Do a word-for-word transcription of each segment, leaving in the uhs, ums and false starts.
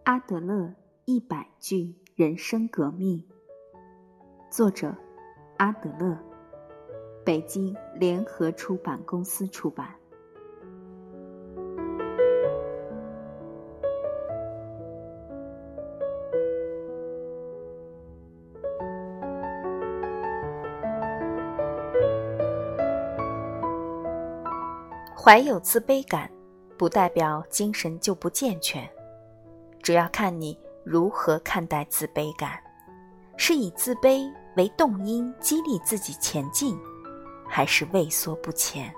阿德勒一百句人生革命，作者阿德勒，北京联合出版公司出版。 怀有自卑感，不代表精神就不健全，主要看你如何看待自卑感，是以自卑为动因激励自己前进，还是畏缩不前？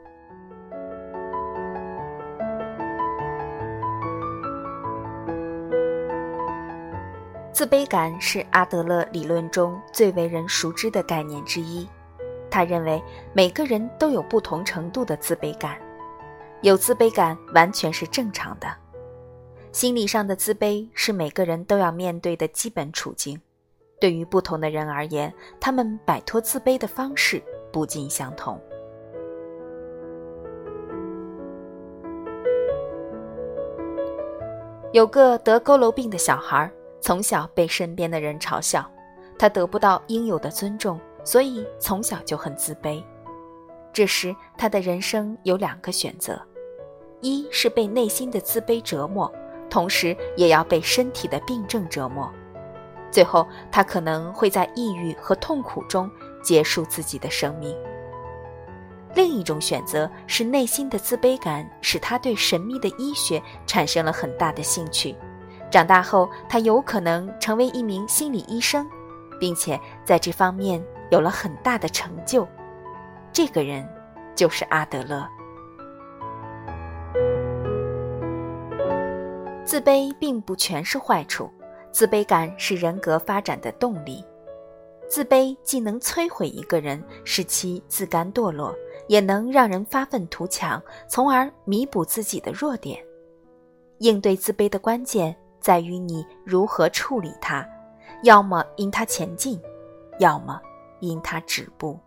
自卑感是阿德勒理论中最为人熟知的概念之一。他认为每个人都有不同程度的自卑感，有自卑感完全是正常的。心理上的自卑是每个人都要面对的基本处境，对于不同的人而言，他们摆脱自卑的方式不尽相同。有个得佝偻病的小孩，从小被身边的人嘲笑，他得不到应有的尊重，所以从小就很自卑。这时他的人生有两个选择，一是被内心的自卑折磨，同时也要被身体的病症折磨，最后他可能会在抑郁和痛苦中结束自己的生命。另一种选择是内心的自卑感使他对神秘的医学产生了很大的兴趣，长大后他有可能成为一名心理医生，并且在这方面有了很大的成就。这个人就是阿德勒。自卑并不全是坏处，自卑感是人格发展的动力。自卑既能摧毁一个人，使其自甘堕落，也能让人发愤图强，从而弥补自己的弱点。应对自卑的关键在于你如何处理它，要么因它前进，要么因它止步。